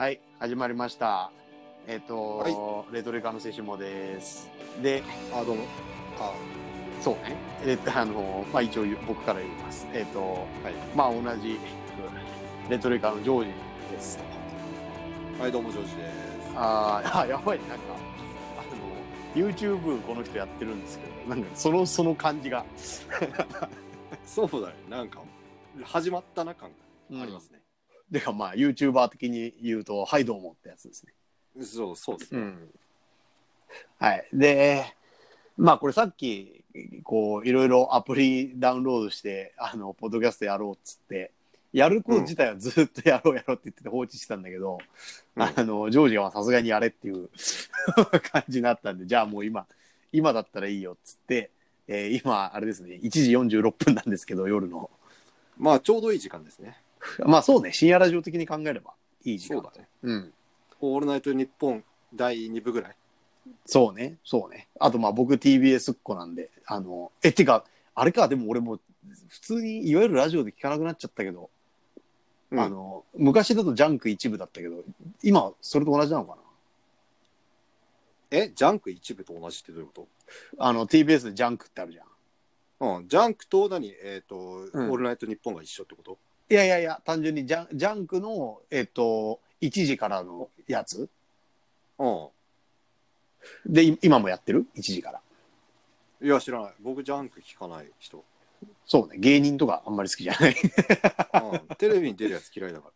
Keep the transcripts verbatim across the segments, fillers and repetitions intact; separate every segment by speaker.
Speaker 1: はい、始まりました。えっ、ー、と、
Speaker 2: はい、
Speaker 1: レトリカのセシモです。で、
Speaker 2: あ、どうも。あ、
Speaker 1: そうね。えっ、ー、と、あの、まあ、一応僕から言います。えっ、ー、と、
Speaker 2: はい。
Speaker 1: まあ、同じレトリカのジョージですと。
Speaker 2: はい、どうも、ジョージです。
Speaker 1: ああ、やばい、なんか、あの、YouTube この人やってるんですけど、なんか、その、その感じが。
Speaker 2: そうだね。なんか、始まったな感がありますね。
Speaker 1: でか、まあ、YouTuber 的に言うと、はい、どうもってやつですね。
Speaker 2: そう、そうですね。
Speaker 1: うん。はい。で、まあこれさっき、こう、いろいろアプリダウンロードして、あの、ポッドキャストやろうっつって、やること
Speaker 2: うん、
Speaker 1: 自体はずっとやろうやろうって言ってて放置してたんだけど、
Speaker 2: うん。
Speaker 1: あの、ジョージはさすがにやれっていう感じになったんで、じゃあもう今、今だったらいいよっつって、えー今、あれですね、いちじよんじゅうろっぷんなんですけど、夜の。
Speaker 2: まあ、ちょうどいい時間ですね。
Speaker 1: まあそうね、深夜ラジオ的に考えればいい時間と。
Speaker 2: そうだね。
Speaker 1: うん。
Speaker 2: オールナイトニッポンだいにぶぐらい。
Speaker 1: そうね、そうね。あとまあ僕 ティービーエス っ子なんで、あの、え、てか、あれか、でも俺も普通にいわゆるラジオで聞かなくなっちゃったけど、
Speaker 2: うん。
Speaker 1: あの、昔だとジャンク一部だったけど、今それと同じなのか
Speaker 2: え、ジャンク一部と同じってどういうこ
Speaker 1: な。あの、ティービーエス でジャンクってあるじゃん。
Speaker 2: と？うん。ジャンクと何えっ、ー、と、
Speaker 1: うん。
Speaker 2: オールナイトニッポンが一緒ってこと？
Speaker 1: いやいやいや、単純にジャンジャンクの、えっと、いちじからのやつ
Speaker 2: うん。
Speaker 1: で、今もやってる ?いち 時から。
Speaker 2: いや、知らない。僕、ジャンク聞かない人。
Speaker 1: そうね、芸人とかあんまり好きじゃない。
Speaker 2: うん。テレビに出るやつ嫌いだか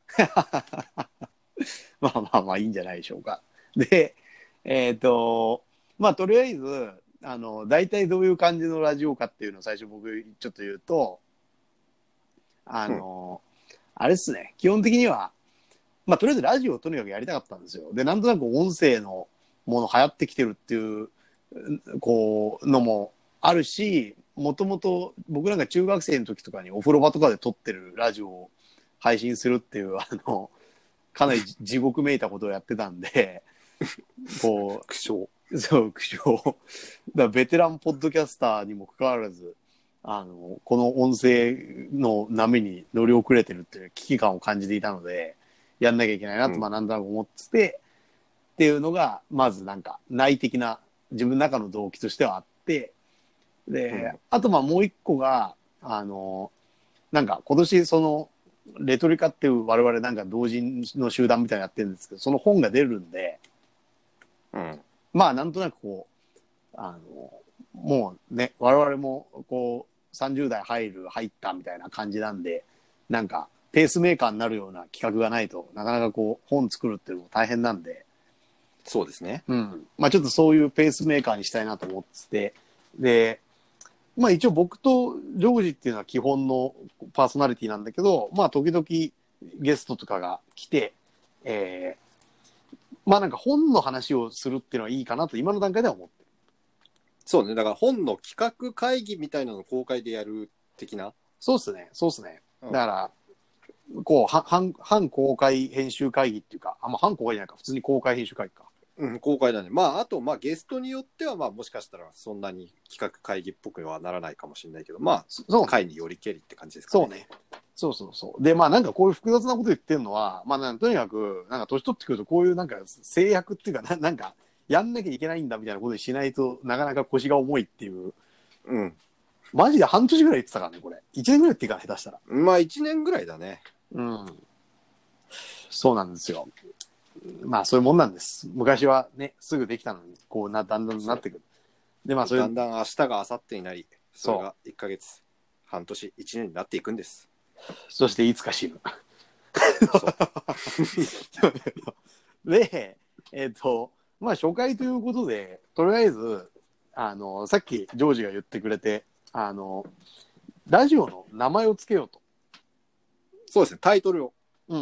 Speaker 1: まあまあまあいいんじゃないでしょうか。で、えっ、と、まあとりあえず、あの、大体どういう感じのラジオかっていうのを最初僕ちょっと言うと、あ
Speaker 2: ら。うん。
Speaker 1: の、あれっすね、基本的には、まあとりあえずラジオをとにかくやりたかったんですよ。で、なんとなく音声のもの流行ってきてるっていう、こう、のもあるし、もともと僕なんか中学生の時とかにお風呂場とかで撮ってるラジオを配信するっていう、あの、かなり地獄めいたことをやってたんで、こ
Speaker 2: 苦笑。
Speaker 1: う、そう、苦笑。だからベテランポッドキャスターにもかかわらず、あの、この音声の波に乗り遅れてるっていう危機感を感じていたので、やんなきゃいけないなと、まあ
Speaker 2: うん。
Speaker 1: なんとなく思ってて、っていうのが、まずなんか内的な自分の中の動機としてはあって、で、
Speaker 2: うん。
Speaker 1: あとまあもう一個が、あの、なんか今年その、レトリカっていう我々なんか同人の集団みたいなのやってるんですけど、その本が出るんで、
Speaker 2: うん。
Speaker 1: まあなんとなくこう、あの、もうね、我々もこう、さんじゅう代入る、入ったみたいな感じなんで、なんか、ペースメーカーになるような企画がないとなかなかこう、本作るっていうのも大変なんで、
Speaker 2: そうですね。
Speaker 1: うん。まあちょっとそういうペースメーカーにしたいなと思ってて、で、まあ一応僕とジョージっていうのは基本のパーソナリティなんだけど、まあ時々ゲストとかが来て、えー、まあなんか本の話をするっていうのはいいかなと今の段階では思ってる。
Speaker 2: そうね。だから本の企画会議みたいなのを公開でやる的な。
Speaker 1: そうっすね、そうっすね。
Speaker 2: うん。
Speaker 1: だから、こう、反、反公開編集会議っていうか、あ、まあ反公開じゃないか、普通に公開編集会議か。
Speaker 2: うん、公開だね。まあ、あと、まあ、ゲストによっては、まあ、もしかしたらそんなに企画会議っぽくはならないかもしれないけど、まあ、
Speaker 1: そうね。
Speaker 2: 会によりけりって感じですかね。
Speaker 1: そうね。そうそうそう。で、まあなんかこういう複雑なこと言ってるのは、まあなんとにかく、なんか年取ってくるとこういうなんか制約っていうかな、なんかやんなきゃいけないんだみたいなことにしないとなかなか腰が重いっていう。
Speaker 2: うん。
Speaker 1: マジで半年ぐらい言ってたからね、これ。一年ぐらいっていうか下手したら。
Speaker 2: まあ、いちねんぐらいだね。
Speaker 1: うん。そうなんですよ。まあそういうもんなんです。昔はね、すぐできたのに、こうな、だんだんなってくる。で、まあそれ、
Speaker 2: だんだん明日が明後日になり、それ
Speaker 1: そ
Speaker 2: がいっかげつ、半年、いちねんになっていくんです。
Speaker 1: う。そしていつか死ぬ。
Speaker 2: そう。
Speaker 1: で、えっ、と、まあ初回ということで、とりあえず、あの、さっきジョージが言ってくれて、あの、ラジオの名前をつけようと。
Speaker 2: そうですね、タイトルを。
Speaker 1: うん。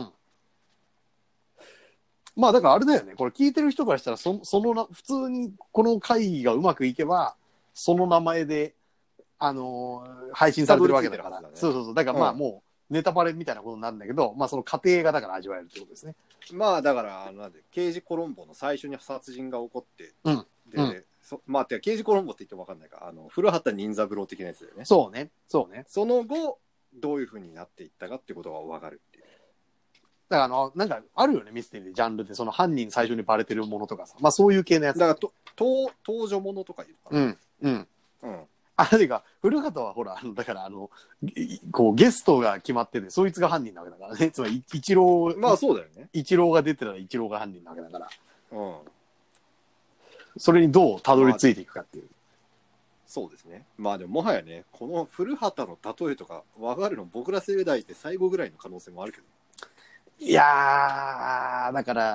Speaker 1: まあだからあれだよね。これ聞いてる人からしたらそ、そのな、普通にこの会議がうまくいけば、その名前で、あのー配信されてるわけだから。
Speaker 2: たどり着いてるはずだね。
Speaker 1: そうそうそう。だからまあもう、ネタバレみたいなことになるんだけど、まあその過程がだから味わえるってことですね。
Speaker 2: うん。まあ、だから、あのなんで、刑事コロンボの最初に殺人が起こって、
Speaker 1: うん。
Speaker 2: で、
Speaker 1: うん。
Speaker 2: そまあ、てか刑事コロンボって言っても分かんないか、あの、古畑任三郎的なやつだよね。
Speaker 1: そうね。そうね。
Speaker 2: その後、どういう風になっていったかってことが分かるっていう。
Speaker 1: からあの、なんかあるよね、ミステリーでジャンルで、その犯人最初にバレてるものとかさ。まあそういう系のやつ。
Speaker 2: だからと、と、登場ものとか言うかな。
Speaker 1: うん。うん。
Speaker 2: うん。
Speaker 1: あれか、古畑はほら、あのだからあの、こうゲストが決まってて、そいつが犯人なわけだからね。つまり、一郎、
Speaker 2: まあそうだよね。
Speaker 1: 一郎が出てたら一郎が犯人なわけだから。
Speaker 2: うん。
Speaker 1: それにどうたどり着いていくかっていう。
Speaker 2: そうですね。まあでももはやね、この古畑の例えとか分かるの僕ら世代って最後ぐらいの可能性もあるけど。
Speaker 1: いやー、だから、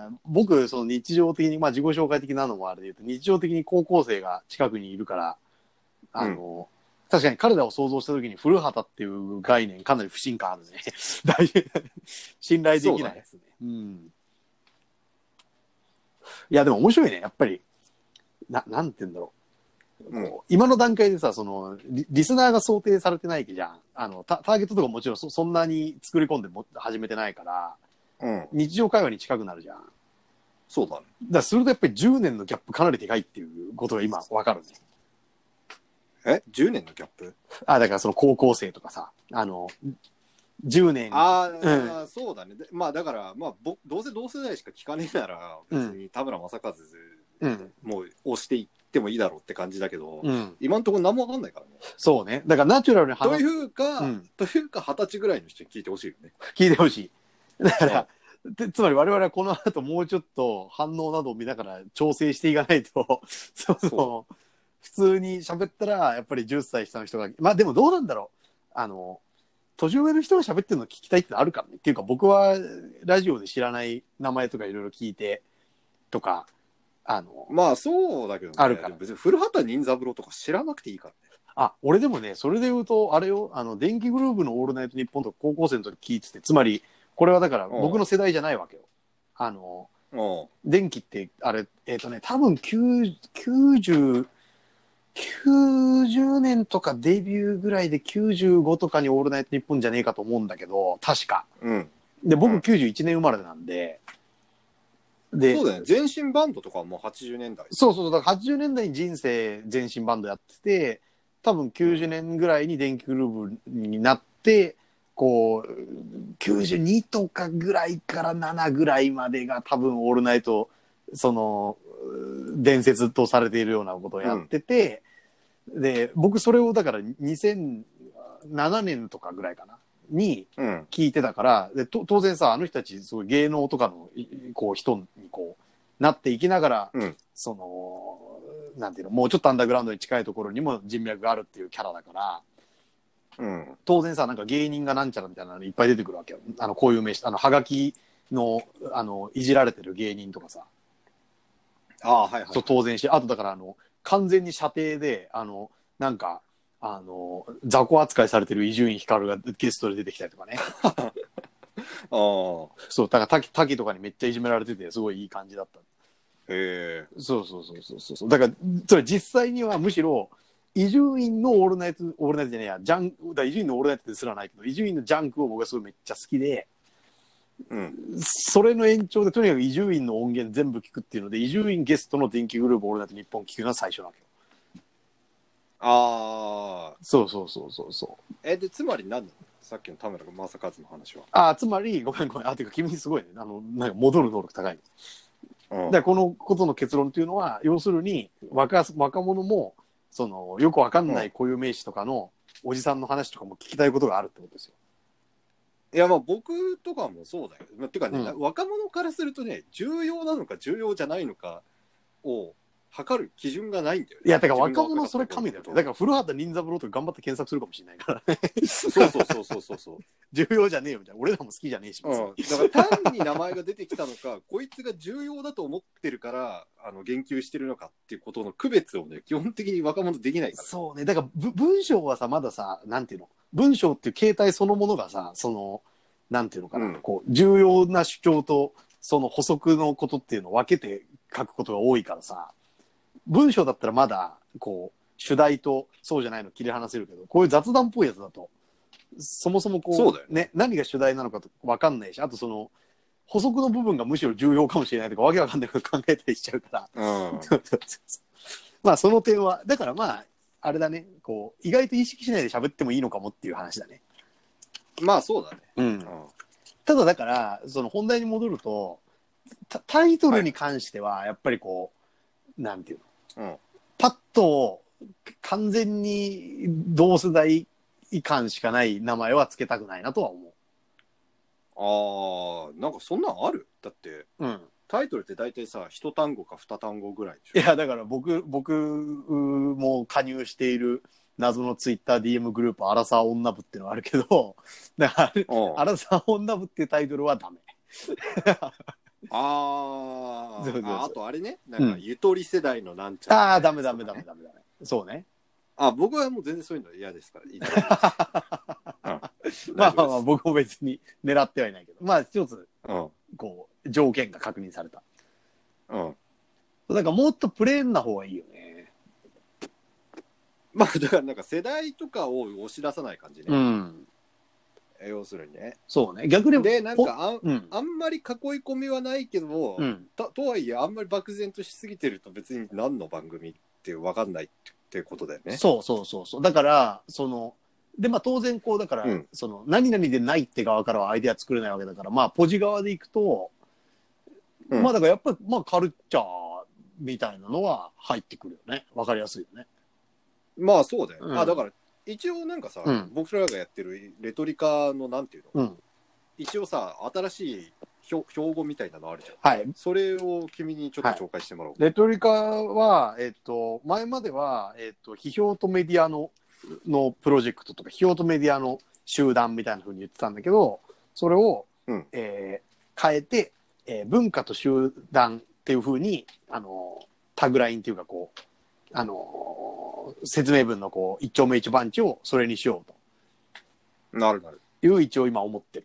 Speaker 1: 僕、その日常的に、まあ自己紹介的なのもあれで言うと、日常的に高校生が近くにいるから、あの、うん、確かに彼らを想像したときに古畑っていう概念かなり不信感あるね。大信頼できないですね。うねうん。いや、でも面白いね。やっぱり、な、なんて言うんだろう。うん、今の段階でさ、そのリ、リスナーが想定されてないじゃん。あの、タ, ターゲットとかもちろん そ, そんなに作り込んでも始めてないから、うん、日常会話に近くなるじゃん。
Speaker 2: そうだね。
Speaker 1: だからするとやっぱりじゅうねんのギャップかなりでかいっていうことが今わかるね。
Speaker 2: え ?じゅう 年のギャップ
Speaker 1: あ、だからその高校生とかさ、あの、じゅうねん。
Speaker 2: ああ、うん、そうだね。まあだから、まあぼ、どうせ同世代しか聞かねえなら、別に田村正和、うん、もう押していってもいいだろうって感じだけど、うん、今のところ何もわかんないからね。
Speaker 1: そうね。だからナチュラルに
Speaker 2: 話というか、うん、というか二十歳ぐらいの人に聞いてほしいよね。
Speaker 1: 聞いてほしい。だから、つまり我々はこの後もうちょっと反応などを見ながら調整していかないと、その普通に喋ったらやっぱりじゅっさい下の人が、まあでもどうなんだろう。あの、年上の人が喋ってるの聞きたいってのあるからね。っていうか僕はラジオで知らない名前とかいろいろ聞いてとか、あの、
Speaker 2: まあそうだけどね。
Speaker 1: あるから。
Speaker 2: 別に古畑任三郎とか知らなくていいからね。
Speaker 1: あ、俺でもね、それで言うと、あれよ、あの、電気グルーヴのオールナイトニッポンとか高校生の時聞いてて、つまり、これはだから僕の世代じゃないわけよ。あの、電気って、あれ、えっ、ー、とね、多分きゅうじゅう、きゅうじゅうねんとかデビューぐらいできゅうじゅうごとかにオールナイトニッポンじゃねえかと思うんだけど、確か。うん。で、僕きゅうじゅういちねん生まれなんで、
Speaker 2: で、そうだね。前身バンドとかはもうはちじゅうねんだい。
Speaker 1: そうそう、だからはちじゅうねんだいに人生前身バンドやってて、多分きゅうじゅうねんぐらいに電気グルーヴになって、こう、きゅうじゅうにとかぐらいからななぐらいまでが多分オールナイト、その、伝説とされているようなことをやってて、うん、で、僕それをだからにせんななねんとかぐらいかな。に聞いてたから、うん、でと当然さあの人たちすごい芸能とかのこう人にこうなっていきながら、うん、そのなんていうのもうちょっとアンダーグラウンドに近いところにも人脈があるっていうキャラだから、うん、当然さなんか芸人がなんちゃらみたいなのいっぱい出てくるわけよ。あのこういう名詞あのハガキのあのいじられてる芸人とかさ、
Speaker 2: ああはいはい、はい、
Speaker 1: そう当然し、あとだからあの完全に射程であのなんか。あの雑魚扱いされてる伊集院光がゲストで出てきたりとかね。あそうだから滝滝とかにめっちゃいじめられててすごいいい感じだった。へえ。そうそうそうそうそう。だからそれ実際にはむしろ伊集院のオールナイトオールナイトじゃねえやジャンだ伊集院のオールナイトですらないけど伊集院のジャンクを僕はすごいめっちゃ好きで。うん、それの延長でとにかく伊集院の音源全部聞くっていうので伊集院ゲストの電気グループオールナイトニッポン聞くのが最初なわけよ。ああ。そうそうそうそうそう。
Speaker 2: え、で、つまり何なのさっきの田村正和の話は。
Speaker 1: ああ、つまり、ごめんごめん。あ、てか君すごいね。あの、なんか戻る能力高い。うん、だからこのことの結論っていうのは、要するに若、若者も、その、よくわかんない固有名詞とかのおじさんの話とかも聞きたいことがあるってことですよ。
Speaker 2: いや、まあ僕とかもそうだよ。まあ、てかね、うん、若者からするとね、重要なのか重要じゃないのかを、測る基準がないんだよね。
Speaker 1: いや、だから若者それ神だよね。だから古畑任三郎とか頑張って検索するかもしれないからね。
Speaker 2: そうそうそうそうそうそう。
Speaker 1: 重要じゃねえよみたいな。俺らも好きじゃねえし。
Speaker 2: うん。だから単に名前が出てきたのか、こいつが重要だと思ってるから、あの言及してるのかっていうことの区別をね、基本的に若者できないから。
Speaker 1: そうね。だから文章はさ、まださ、なんていうの、文章っていう形態そのものがさ、その、なんていうのかな、うん、こう重要な主張とその補足のことっていうのを分けて書くことが多いからさ。文章だったらまだこう主題とそうじゃないの切り離せるけど、こういう雑談っぽいやつだとそもそもこう
Speaker 2: そうだよね、
Speaker 1: ね、何が主題なのかと分かんないし、あとその補足の部分がむしろ重要かもしれないとかわけわかんないこと考えたりしちゃうから、うん、まあその点はだからまああれだね、こう意外と意識しないで喋ってもいいのかもっていう話だね。
Speaker 2: まあそうだね。うん。うん、
Speaker 1: ただだからその本題に戻るとタイトルに関してはやっぱりこう、はい、なんていうの、うん、パッと完全に同世代感しかない名前は付けたくないなとは思う。
Speaker 2: あー、なんかそんなんある？だって、うん、タイトルって大体さ一単語か二単語ぐらいでしょ。
Speaker 1: いやだから僕僕も加入している謎のツイッター ディーエム グループアラサー女部っていうのがあるけど、だからアラサー女部っていうタイトルはダメ。
Speaker 2: ああ、あとあれね、なんかゆとり世代のなんちゃら、ね、
Speaker 1: ああダメダメダメダメダメ。そうね。
Speaker 2: あ、僕はもう全然そういうの嫌ですからいいです、
Speaker 1: うん、まあまあまあ僕も別に狙ってはいないけど、まあ一つ、うん、こう条件が確認された。うん。だからもっとプレーンな方がいいよね。
Speaker 2: まあだからなんか世代とかを押し出さない感じね。うん。要するにね。
Speaker 1: そうね。逆に
Speaker 2: でなんかあん、うん、あんまり囲い込みはないけど、うん、と, とはいえあんまり漠然としすぎてると別に何の番組って分かんないっていうことだよね。
Speaker 1: そうそうそうそう。だからそのでまあ当然こうだから、うん、その何々でないって側からはアイデア作れないわけだからまあポジ側でいくと、うん、まあだからやっぱりまあカルチャーみたいなのは入ってくるよね。分かりやすいよね。
Speaker 2: まあそうだよ、うん、あだから一応なんかさ、うん、僕らがやってるレトリカのなんていうの、うん、一応さ新しい標語みたいなのあるじゃん。はい。それを君にちょっと紹介してもらおう。
Speaker 1: はい、レトリカはえっと前まではえっと批評とメディアののプロジェクトとか批評とメディアの集団みたいな風に言ってたんだけど、それを、うんえー、変えて、えー、文化と集団っていう風にあのタグラインっていうかこうあの説明文のこう一丁目一番地をそれにしよう
Speaker 2: と。なるなる。
Speaker 1: いう一応今思ってる。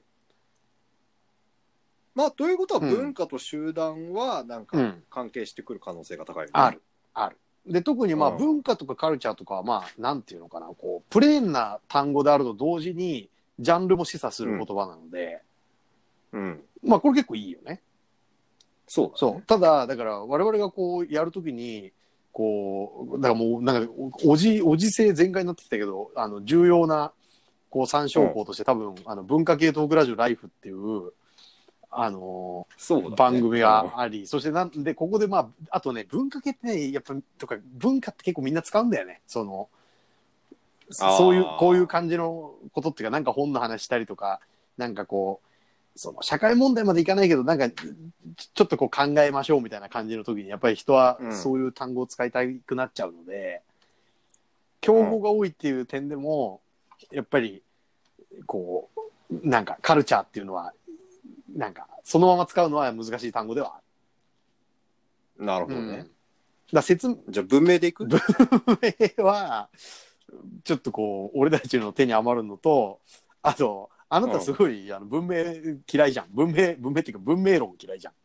Speaker 2: まあということは文化と集団はなんか関係してくる可能性が高いよね。
Speaker 1: うん、あるある。で特にまあ文化とかカルチャーとかはまあなんていうのかなこうプレーンな単語であると同時にジャンルも示唆する言葉なので、うん、うん、まあこれ結構いいよね。
Speaker 2: そうだね。
Speaker 1: そう。ただだから我々がこうやるときにこうだからもうなんかおじおじ性全開になってきたけどあの重要なこう参照項として、うん、多分あの文化系トークラジオライフっていうあのーそうだね、番組があり、うん、そしてなんでここでまああとね文化系ってねやっぱとか文化って結構みんな使うんだよね。そのそういうこういう感じのことっていうかなんか本の話したりとかなんかこうその社会問題までいかないけどなんかちょっとこう考えましょうみたいな感じの時にやっぱり人はそういう単語を使いたくなっちゃうので、うん、競合が多いっていう点でもやっぱりこうなんかカルチャーっていうのはなんかそのまま使うのは難しい単語ではあ
Speaker 2: る。なるほどね。うん、
Speaker 1: だ説
Speaker 2: じゃあ文明でいく？
Speaker 1: 文明はちょっとこう俺たちの手に余るのとあとあなたすごい、うん、あの文明嫌いじゃん。文明文明っていうか文明論嫌いじゃ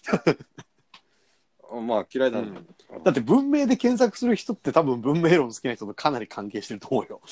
Speaker 2: ん。まあ嫌いだね、
Speaker 1: うん。だって文明で検索する人って多分文明論好きな人とかなり関係してると思うよ。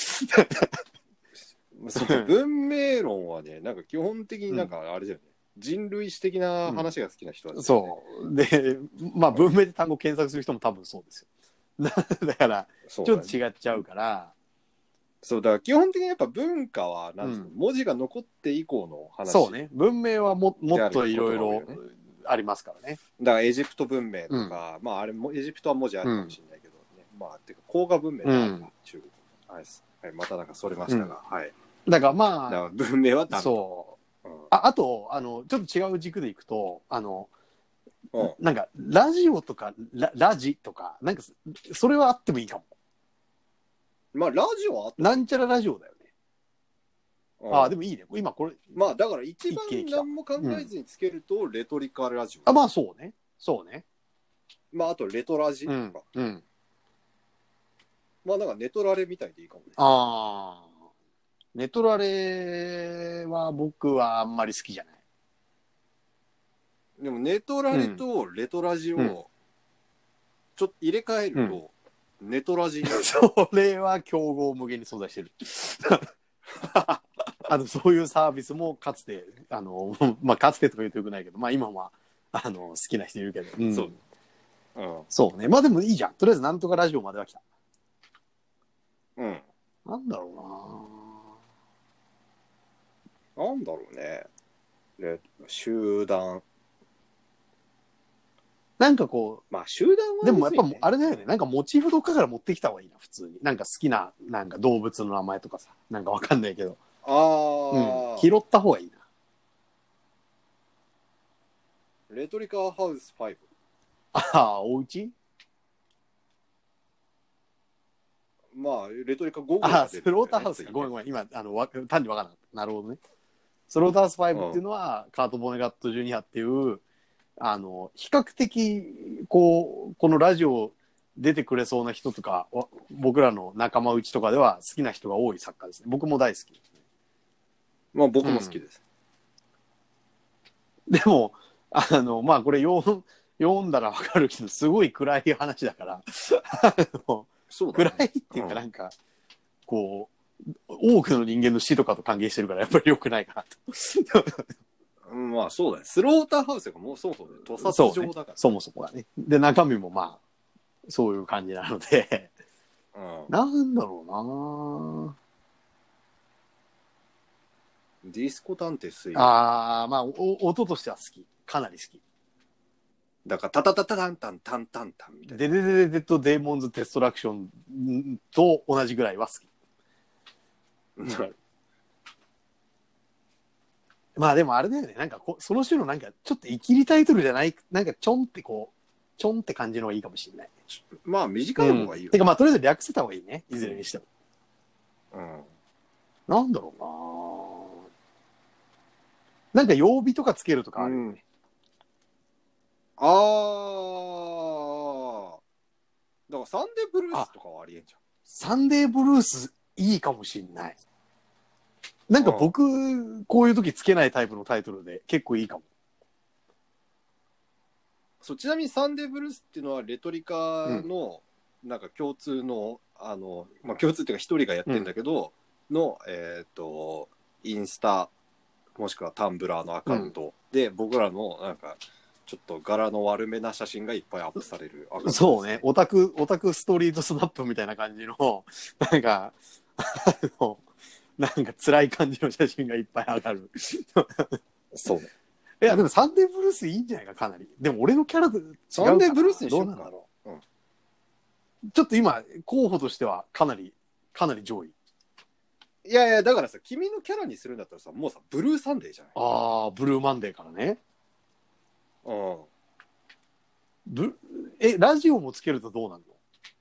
Speaker 2: そう文明論はねなんか基本的になんかあれだよね、うん、人類史的な話が好きな人は、ね
Speaker 1: うん、そうでまあ文明で単語検索する人も多分そうですよ。だからちょっと違っちゃうから。
Speaker 2: そうだから基本的にやっぱ文化はなんつうの、うん、文字が残って以降の話。
Speaker 1: そうね。文明は も, もっといろいろありますからね。
Speaker 2: だからエジプト文明とか、うん、まああれもエジプトは文字あるかもしれないけどね。うん、まあてか黄河文明ってある、うん、中国。はい、はい、またなんかそれましたが、うん、はい。
Speaker 1: だからまあ
Speaker 2: だから文明はダメ。
Speaker 1: そう。うん、ああとあのちょっと違う軸でいくとあの。うん、なんかラジオとか ラ, ラジとかなんかそれはあってもいいかも。
Speaker 2: まあラジオはあって
Speaker 1: なんちゃらラジオだよね。うん、ああでもいいね。今これ
Speaker 2: まあだから一番何も考えずにつけると、うん、レトリカラジオ。
Speaker 1: あまあそうね。そうね。
Speaker 2: まああとレトラジとか。うんうん、まあなんかネトラレみたいでいいかもね。
Speaker 1: ああ。ネトラレは僕はあんまり好きじゃない。
Speaker 2: でもネトラレとレトラジをちょっと入れ替えると、うん、ネトラジに
Speaker 1: それは競合無限に存在してるあのそういうサービスもかつてあのまあかつてとか言うとよくないけどまあ今はあの好きな人いるけど、うん、そう、うん、そうねまあでもいいじゃんとりあえずなんとかラジオまでは来た。うんなんだろうな
Speaker 2: なんだろうね集団。
Speaker 1: なんかこ
Speaker 2: う、まあ集団は、
Speaker 1: ね、でもやっぱあれだよね、なんかモチーフどっかから持ってきた方がいいな、普通に。なんか好きな、なんか動物の名前とかさ、なんかわかんないけど。
Speaker 2: ああ、
Speaker 1: うん。拾った方がいいな。
Speaker 2: レトリカハウスファイブ。
Speaker 1: ああ、お家
Speaker 2: まあ、レトリカご号
Speaker 1: が出る、ね。ああ、スローターハウスか。ごめんごめん。今、あの、わ単にわからなかった。なるほどね。スローターハウスファイブっていうのは、うん、カート・ボネガット・ジュニアっていう、あの、比較的、こう、このラジオ出てくれそうな人とか、僕らの仲間内とかでは好きな人が多い作家ですね。僕も大好きですね。
Speaker 2: まあ、僕も好きです。
Speaker 1: うん、でも、あの、まあ、これ読、読んだらわかるけど、すごい暗い話だから、あのそうだね、暗いっていうかなんか、うん、こう、多くの人間の死とかと関係してるから、やっぱり良くないかなと。
Speaker 2: まあそうだね。スローターハウスがもうそもそも屠殺場だから、ね、
Speaker 1: そもそもがね。で、中身もまあ、そういう感じなので、うん、なんだろうな
Speaker 2: ディスコ探偵水。
Speaker 1: ああ、まあお、音としては好き。かなり好き。
Speaker 2: だから、タタタタタンタンタンタンタンみたいな。
Speaker 1: デデデデデとデーモンズ・デストラクションと同じぐらいは好き。うん、まあでもあれだよね。なんかこその種のなんかちょっとイキリタイトルじゃない、なんかちょんってこう、ちょんって感じの方がいいかもしれない。
Speaker 2: まあ短い方がいいよ、ね。
Speaker 1: うん、てかまあとりあえず略せた方がいいね。いずれにしても。うん。なんだろうななんか曜日とかつけるとかあるよね。うん、
Speaker 2: ああ。だからサンデーブルースとかはありえんじゃん。
Speaker 1: サンデーブルースいいかもしんない。なんか僕、うん、こういう時つけないタイプのタイトルで結構いいかも。
Speaker 2: そう、ちなみにサンデーブルースっていうのはレトリカのなんか共通の、うん、あの、まあ、共通っていうか一人がやってんだけど、うん、の、えっと、インスタ、もしくはタンブラーのアカウントで、うん、僕らのなんか、ちょっと柄の悪めな写真がいっぱいアップされるアカウントですね。
Speaker 1: そうね。オタク、オタクストリートスナップみたいな感じの、なんか、あの、なんか辛い感じの写真がいっぱい上がる。
Speaker 2: そうね。
Speaker 1: いや、でもサンデーブルースいいんじゃないか、かなり。でも俺のキャラと違うかな。
Speaker 2: サンデーブルースにしようかな。どうなんだろう。うん、
Speaker 1: ちょっと今、候補としてはかなり、かなり上位。
Speaker 2: いやいや、だからさ、君のキャラにするんだったらさ、もうさ、ブルーサンデーじゃない。
Speaker 1: ああ、ブルーマンデーからね。うん。ブえ、ラジオもつけるとどうなるの？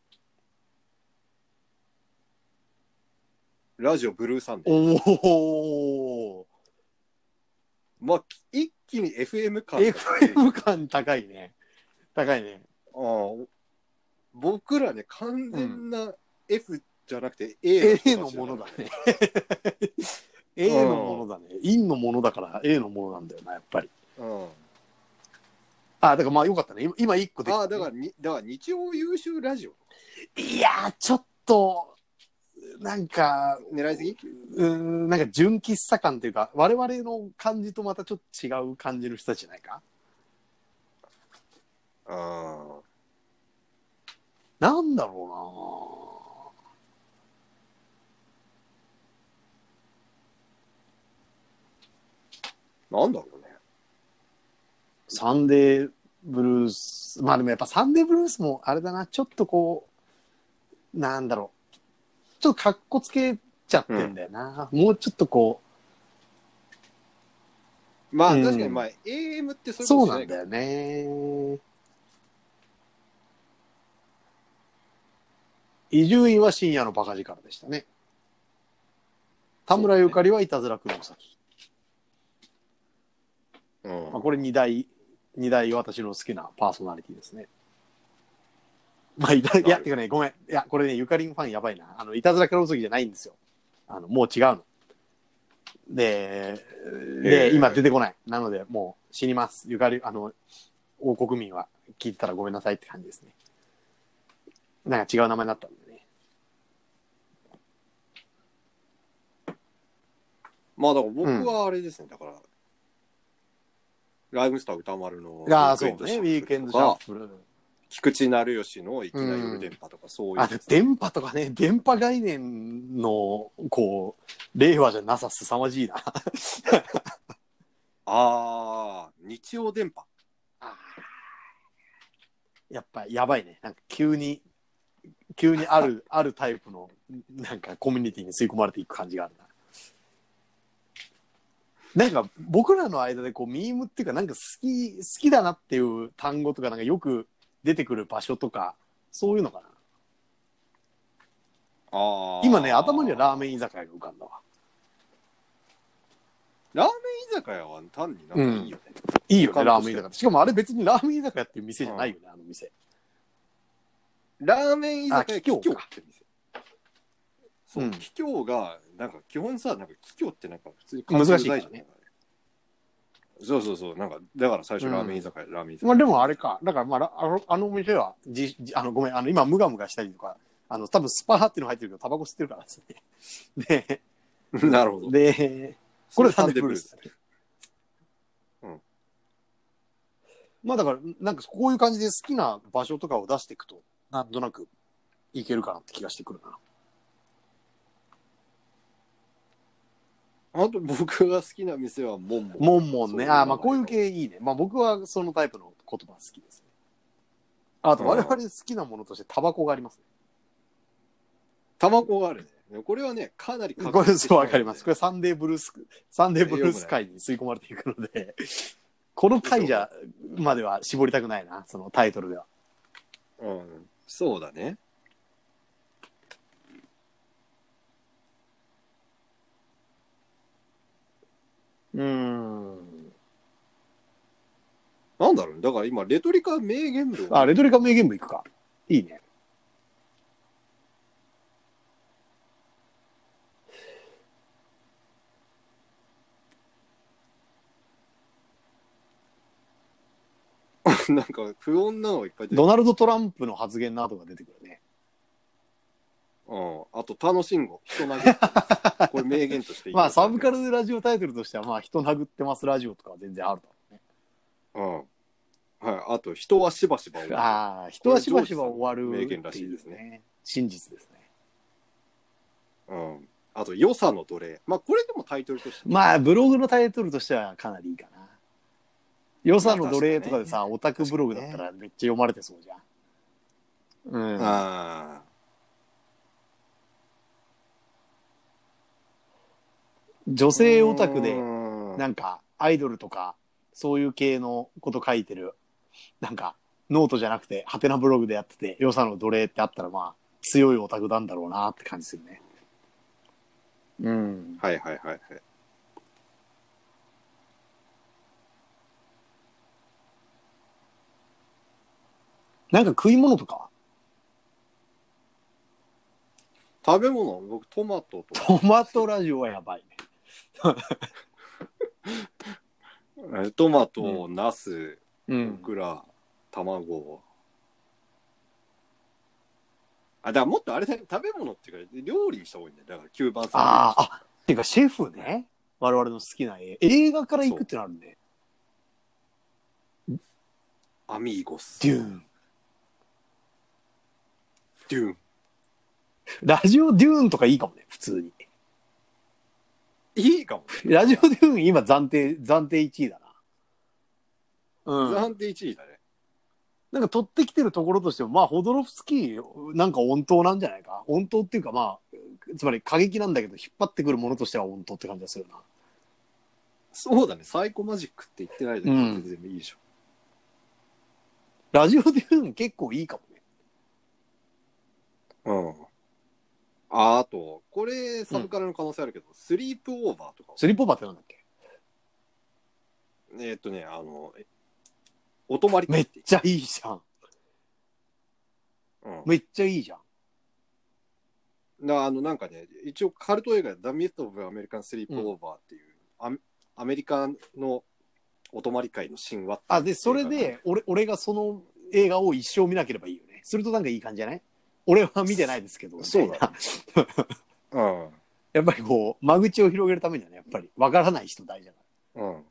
Speaker 2: ラジオブルーサンデー。おお。まあ、一気に エフエム 感。
Speaker 1: エフエム 感高いね。高いね。
Speaker 2: ああ。僕らね、完全な F じゃなくて A の、
Speaker 1: A のものだね。A のものだね。インのものだから A のものなんだよな、やっぱり。うん。あ、だからまあよかったね。今一個できた、ね。
Speaker 2: あ、だからに、だから日曜優秀ラジオ。
Speaker 1: いやー、ちょっと、なんか、
Speaker 2: 狙いすぎ？
Speaker 1: うーん、なんか純喫茶感というか、我々の感じとまたちょっと違う感じの人たちじゃないか？ああ。なんだろ
Speaker 2: うななんだろうね。
Speaker 1: サンデーブルース。まあでもやっぱサンデーブルースもあれだな、ちょっとこう、なんだろう。ちょっとカッコつけちゃってんだよな。うん、もうちょっとこ
Speaker 2: う。まあ、うん、確かにまあ エーエム ってそういう
Speaker 1: ことじゃないか。そうなんだよね。伊集院は深夜のバカ力でしたね。田村ゆかりはいたずら黒崎。うん、まあ、これ二大、二大私の好きなパーソナリティですね。まあ、いた、いや、てかね、ごめん。いや、これね、ゆかりんファンやばいな。あの、いたずら黒崎じゃないんですよ。あの、もう違うの。で、で、今出てこない。なので、もう死にます。ゆかり、あの、王国民は聞いてたらごめんなさいって感じですね。なんか違う名前になったんでね。
Speaker 2: まあだから僕はあれですね、うん、だからライムスター歌丸の
Speaker 1: ああそうね、ウィークエンドシャッフル、
Speaker 2: 菊池成吉のいきなり夜電波とか、そういう、ね、
Speaker 1: あ電波とかね、電波概念のこう令和じゃなさすさまじいな
Speaker 2: ああ、日曜電波。
Speaker 1: あやっぱやばいね。なんか急に、急にある、あるタイプの、なんかコミュニティに吸い込まれていく感じがあるな。なんか僕らの間でこうミームっていうかなんか好き、好きだなっていう単語とかなんかよく出てくる場所とか、そういうのかな。
Speaker 2: あ
Speaker 1: 今ね、頭にはラーメン居酒屋が浮かんだわ。
Speaker 2: ラーメン居酒屋は単になんかいいよね。
Speaker 1: うん、いいよね、ラーメン居酒屋。しかもあれ別にラーメン居酒屋っていう店じゃないよね、うん、あの店。
Speaker 2: ラーメン居酒屋、
Speaker 1: 桔梗
Speaker 2: かって店。そう、桔梗、うん、が、なんか基本さ、なんか桔梗ってなんか普通に
Speaker 1: 難しいからね。
Speaker 2: そうそうそう、なんか、だから最初ラーメン居酒屋、うん、ラーメン居酒屋。
Speaker 1: まあでもあれか、だからまあ、あの、あのお店は、じ、あの、ごめん、あの、今、ムガムガしたりとか、あの、多分スパーっていうの入ってるけど、タバコ吸ってるからですね。で、
Speaker 2: なるほど。
Speaker 1: で、これサンデーブルース。
Speaker 2: うん。
Speaker 1: まあだから、なんかこういう感じで好きな場所とかを出していくと、なんとなくいけるかなって気がしてくるな。
Speaker 2: あと僕が好きな店はモンモン。
Speaker 1: モンモンね。ああ、まあこういう系いいね。まあ僕はそのタイプの言葉好きですね。あと我々好きなものとしてタバコがありますね。
Speaker 2: タバコがあるね。これはね、かなり
Speaker 1: これそうわかります。これサンデーブルース、サンデーブルース界に吸い込まれていくので、この回じゃまでは絞りたくないな、そのタイトルでは。
Speaker 2: うん、そうだね。
Speaker 1: うーん。
Speaker 2: なんだろうね。だから今、レトリカ名言部。
Speaker 1: あ、レトリカ名言部行くか。いいね。
Speaker 2: なんか不穏なのいっぱい出てくる。
Speaker 1: ドナルド・トランプの発言などが出てくるね。
Speaker 2: うん。あと、楽しんご。人投げ。これ名言としていい。
Speaker 1: まあ、サブカルラジオタイトルとしては、まあ、人殴ってますラジオとかは全然あるだろうね。
Speaker 2: うん。はい。あと、人はしばしば終わる。
Speaker 1: ああ、人はしばしば終わる、
Speaker 2: 名言らしいですね。
Speaker 1: 真実ですね。
Speaker 2: うん。あと、良さの奴隷。まあ、これでもタイトルとして。
Speaker 1: まあ、ブログのタイトルとしてはかなりいいかな。良さの奴隷とかでさ、まあね、オタクブログだったらめっちゃ読まれてそうじゃん。うん。
Speaker 2: ああ。
Speaker 1: 女性オタクで、なんか、アイドルとか、そういう系のこと書いてる、なんか、ノートじゃなくて、ハテナブログでやってて、良さの奴隷ってあったら、まあ、強いオタクなんだろうなって感じするね。うん。
Speaker 2: はいはいはいはい。
Speaker 1: なんか食い物とか
Speaker 2: 食べ物僕トマトと
Speaker 1: トマトラジオはやばいね。
Speaker 2: トマト、ナス、
Speaker 1: うん、
Speaker 2: オクラ、卵。あ、だからもっとあれだね、食べ物っていうか、料理にした方がいいんだよ。だからきゅうばんさん。
Speaker 1: ああ、あ、てかシェフね。我々の好きな映映画から行くってなるんで。
Speaker 2: アミーゴス。
Speaker 1: デューン。
Speaker 2: デューン。
Speaker 1: ラジオデューンとかいいかもね、普通に。
Speaker 2: いいかも、
Speaker 1: ね。ラジオデューン今暫定、暫定いちいだな。
Speaker 2: うん。暫定いちいだね。
Speaker 1: なんか取ってきてるところとしても、まあ、ホドロフスキー、なんか温当なんじゃないか。温当っていうか、まあ、つまり過激なんだけど、引っ張ってくるものとしては温当って感じがするな。
Speaker 2: そうだね。サイコマジックって言ってないだけで全然いいでしょ。
Speaker 1: うん、ラジオデューン結構いいかもね。
Speaker 2: うん。あ、あと、これ、サブカルの可能性あるけど、うん、スリープオーバーとか。
Speaker 1: スリープオーバーってなんだっけ？
Speaker 2: えー、っとね、あの、お泊まり
Speaker 1: めっちゃいいじゃん。
Speaker 2: うん、
Speaker 1: めっちゃいいじゃ
Speaker 2: ん。だあの、なんかね、一応カルト映画、The Myth of American Sleep Over っていう、うん、アメリカのお泊まり会の神話って。
Speaker 1: あ、で、それで、俺、俺がその映画を一生見なければいいよね。するとなんかいい感じじゃない？俺は見てないですけど。
Speaker 2: そうだ。うん。
Speaker 1: やっぱりこう、間口を広げるためにはね、やっぱり、わからない人大事だから。
Speaker 2: うん。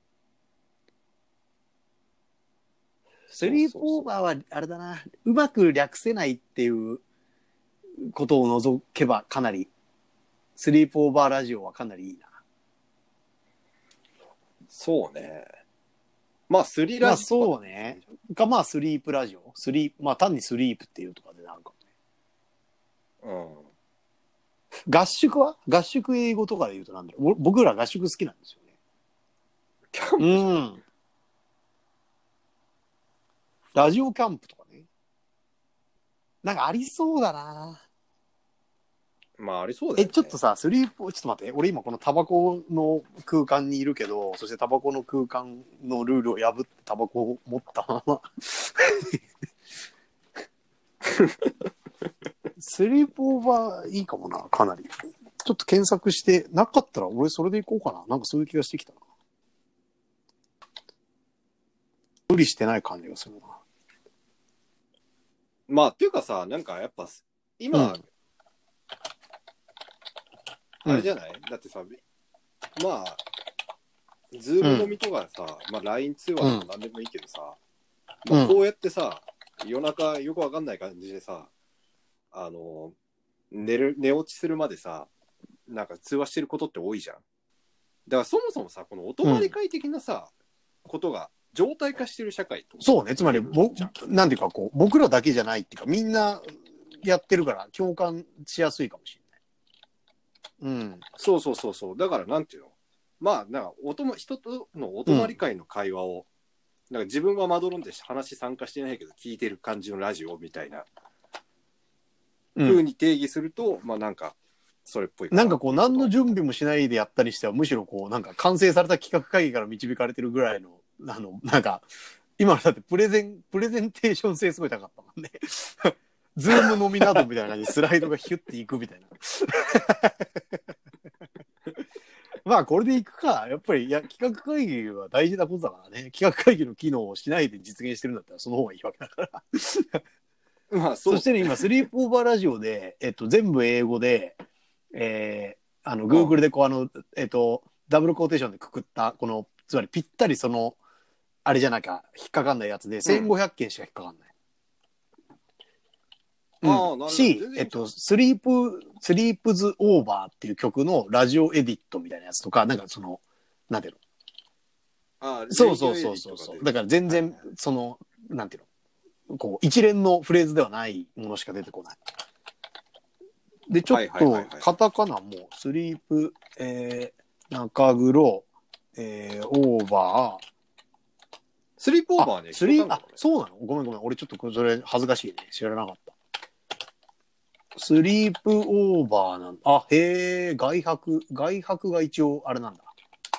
Speaker 1: スリープオーバーは、あれだな、うまく略せないっていうことを除けばかなり、スリープオーバーラジオはかなりいいな。
Speaker 2: そうね。まあ、スリラジ
Speaker 1: まあそうね。か、まあスリープラジオ。スリープ、まあ単にスリープっていうとかでなんか
Speaker 2: ね。うん。
Speaker 1: 合宿は合宿英語とかで言うとなんだろう。僕ら合宿好きなんですよね。
Speaker 2: キャンプじゃん。うん。
Speaker 1: ラジオキャンプとかね。なんかありそうだな。
Speaker 2: まあありそうだよね。
Speaker 1: え、ちょっとさ、スリープ、ちょっと待って。俺今このタバコの空間にいるけど、そしてタバコの空間のルールを破ってタバコを持ったまま。スリープオーバーいいかもな、かなり。ちょっと検索して、なかったら俺それでいこうかな。なんかそういう気がしてきたな。無理してない感じがするな。
Speaker 2: まあ、っていうかさ、なんかやっぱ、今、うんあれじゃない、うん、だってさ、まあ、ズーム飲みとかさ、うん、まあ ライン 通話とか何でもいいけどさ、うん、まあ、こうやってさ、夜中よくわかんない感じでさ、あの、寝る、寝落ちするまでさ、なんか通話してることって多いじゃん。だからそもそもさ、このお泊まり会的なさ、うん、ことが常態化してる社会と。
Speaker 1: そうね、つまり、ぼ、なんていうかこう、僕らだけじゃないっていうか、みんなやってるから共感しやすいかもしれない。うん、
Speaker 2: そうそうそうそう。だからなんていうの、まあなんかおとも人とのお泊まり会の会話を、うん、なんか自分はまどろんで話参加してないけど聞いてる感じのラジオみたいな、うん、風に定義すると、まあなんかそれっぽいか
Speaker 1: な。なんかこう何の準備もしないでやったりしてはむしろこうなんか完成された企画会議から導かれてるぐらいのあのなんか今だってプレゼンプレゼンテーション性すごい高かったもんね。ズーム飲みなどみたいな感じでスライドがヒュッていくみたいな。まあこれでいくか。やっぱりいや企画会議は大事なことだからね。企画会議の機能をしないで実現してるんだったらその方がいいわけだから。まあそう、そしてね今スリープオーバーラジオで、えっと、全部英語で、えー、あの Google でこうあの、えっと、ダブルコーテーションでくくったこのつまりぴったりそのあれじゃなきゃ引っかかんないやつでせんごひゃっけんしか引っかかんない。うん、ああ、なるほど。し、えっと、スリープ、スリープズオーバーっていう曲のラジオエディットみたいなやつとか、なんかその、なんていうの。ああ、そうそうそうそうそう。だから全然、その、なんていうの。こう、一連のフレーズではないものしか出てこない。で、ちょっと、カタカナも、スリープ、えー、中黒、えー、オーバー、
Speaker 2: スリープオーバーね。
Speaker 1: スリー、あ、そうなの？ごめんごめん。俺ちょっとそれ恥ずかしいね。知らなかった。スリープオーバーなんだ。あ、へえ、外泊。外泊が一応あれなんだ。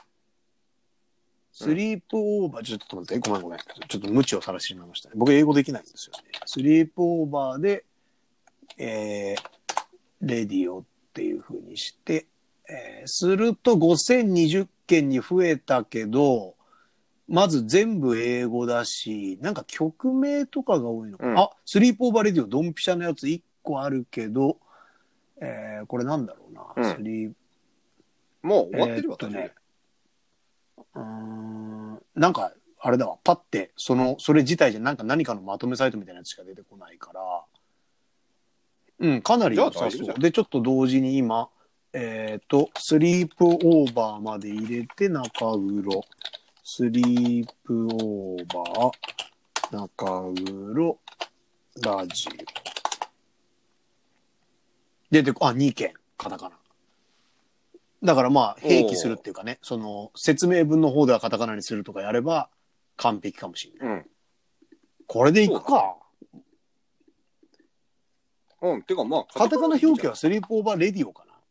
Speaker 1: スリープオーバー、ちょっと待って、ごめんごめん。ちょっと無知をさらしてしまいましたね。僕英語できないんですよね。スリープオーバーで、えー、レディオっていう風にして、えー、するとごせんにじゅっけんに増えたけど、まず全部英語だし、なんか曲名とかが多いのかな。うん、あ、スリープオーバーレディオドンピシャのやついっこあるけど、えー、これなんだろうな。うん、スリー
Speaker 2: もう終わってるわ、
Speaker 1: えー、っとね。うーん、なんか、あれだわ。パッて、その、それ自体じゃなんか何かのまとめサイトみたいなやつしか出てこないから、うん、かなり良さそう。で、ちょっと同時に今、えー、っと、スリープオーバーまで入れて中黒。スリープオーバー、中黒、ラジオ。出てこ、あ、にけん、カタカナ。だからまあ、併記するっていうかね、その、説明文の方ではカタカナにするとかやれば、完璧かもしれない。うん。これでいくか。
Speaker 2: うん、てかまあ、
Speaker 1: カタカナ表記はスリープオーバーレディオかな。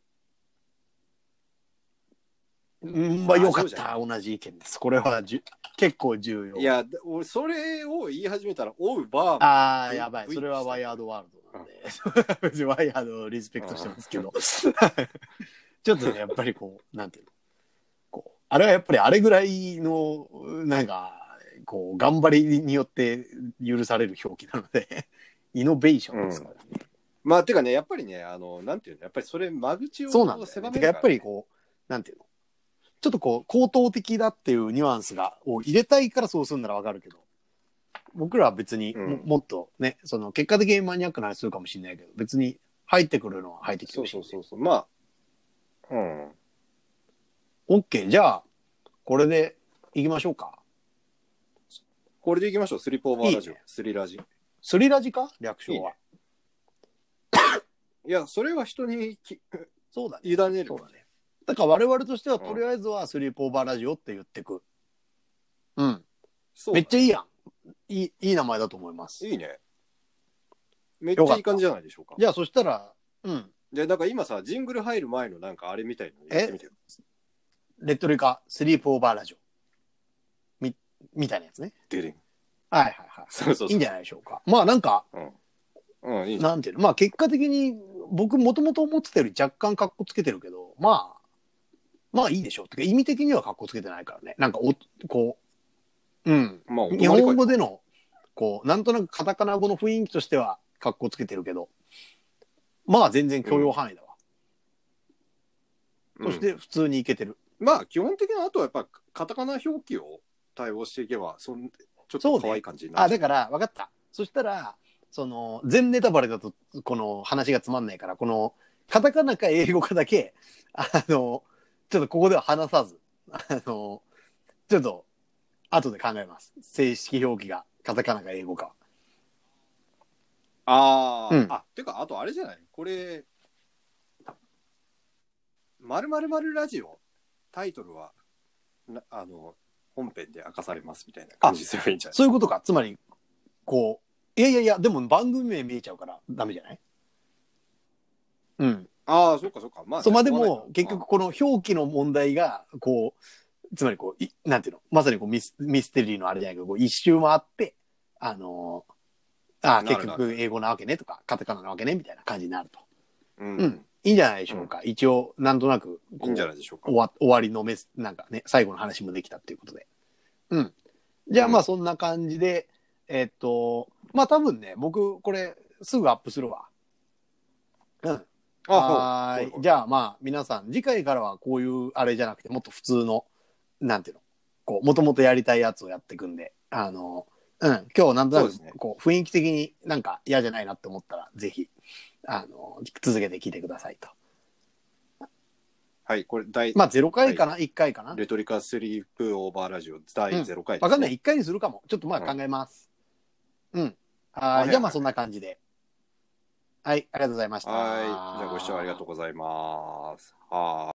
Speaker 1: うん、まあよかった。同じ意見です。これはじゅ結構重要。
Speaker 2: いや、俺、それを言い始めたら、おう、バー
Speaker 1: ああ、やばい。それはワイヤードワールドなんで。別にワイヤードをリスペクトしてますけど。ちょっとね、やっぱりこう、なんていうの。こう、あれはやっぱりあれぐらいの、なんか、こう、頑張りによって許される表記なので、イノベーションですからね。うん、
Speaker 2: まあ、てかね、やっぱりね、あの、なんていうの、やっぱりそれ、間口を
Speaker 1: そうなんだよね。てか、やっぱりこう、なんていうの。ちょっとこう、口頭的だっていうニュアンスが、を入れたいからそうするならわかるけど、僕らは別にも、うん、もっとね、その結果的にマニアックな話するかもしれないけど、別に入ってくるのは入ってきてほしい。
Speaker 2: そうそうそうそう。まあ、うん。
Speaker 1: OK。じゃあ、 これでいきましょうか。
Speaker 2: これでいきましょう。スリープオーバーラジオ。いいね、スリラジ。
Speaker 1: スリラジか略称は。いいね、
Speaker 2: いや、それは人にき
Speaker 1: そうだね。
Speaker 2: 委ねる。
Speaker 1: そうだね。だから我々としてはとりあえずはスリープオーバーラジオって言ってく。うん。そう、ね、めっちゃいいやん。いい、いい名前だと思います。
Speaker 2: いいね。めっちゃいい感じじゃないでしょうか。
Speaker 1: じゃあそしたら、うん。
Speaker 2: で、なんか今さ、ジングル入る前のなんかあれみたいのやってみてよ。
Speaker 1: レッドリカ、スリープオーバーラジオ。み、みたいなやつね。
Speaker 2: デリン。
Speaker 1: はいはいはい。
Speaker 2: そうそうそう。
Speaker 1: いいんじゃないでしょうか。まあなんか、
Speaker 2: うん。うん、いい。
Speaker 1: なんていうの、まあ結果的に僕もともと思ってたより若干カッコつけてるけど、まあ、まあいいでしょう。てか意味的にはカッコつけてないからね。なんかお、こう、うん。まあ、日本語での、こう、なんとなくカタカナ語の雰囲気としてはカッコつけてるけど、まあ全然許容範囲だわ。うん、そして普通にいけてる。
Speaker 2: まあ基本的なあとはやっぱカタカナ表記を対応していけば、そんちょっと可愛い感じになる、
Speaker 1: ね。あ、だから分かった。そしたら、その、全ネタバレだと、この話がつまんないから、この、カタカナか英語かだけ、あの、ちょっとここでは話さず、あの、ちょっと、後で考えます。正式表記が、カタカナか英語か。
Speaker 2: ああ、うん、あ、てか、あとあれじゃないこれ、〇〇〇ラジオ、タイトルは、あの、本編で明かされますみたいな感じすればいいんじゃない？
Speaker 1: そういうことか。つまり、こう、いやいやいや、でも番組名見えちゃうからダメじゃない？うん。
Speaker 2: ああ、そっかそっか。
Speaker 1: まあ、ね、そう、まあでも、結局この表記の問題が、こう、つまりこう、いなんていうの、まさにこうミス、ミステリーのあれじゃないけど、こう一周回って、あのー、ああ、結局英語なわけねとか、カタカナなわけねみたいな感じになると。うん。うん、いいんじゃないでしょうか。うん、一応、なんとなく、
Speaker 2: いいんじゃないでしょうか。
Speaker 1: 終わ、終わりのメス、なんかね、最後の話もできたっていうことで。うん。じゃあまあそんな感じで、うん、えー、っと、まあ多分ね、僕、これ、すぐアップするわ。うん。はい。じゃあまあ皆さん、次回からはこういうあれじゃなくて、もっと普通の、なんていうの、こう、もともとやりたいやつをやっていくんで、あの、うん、今日なんとなく、こう、雰囲気的になんか嫌じゃないなって思ったら、ぜひ、あの、続けて聞いてくださいと。
Speaker 2: はい、これ第、
Speaker 1: まあゼロかいかな、はい、いっかいかな。
Speaker 2: レトリカスリープオーバーラジオだいゼロかいです、
Speaker 1: ね。わ、うん、かんない、いっかいにするかも。ちょっとまあ考えます。うん。うん、はい、じゃあまあそんな感じで。はい、ありがとうございました。
Speaker 2: はい、じゃあご視聴ありがとうございます。はい。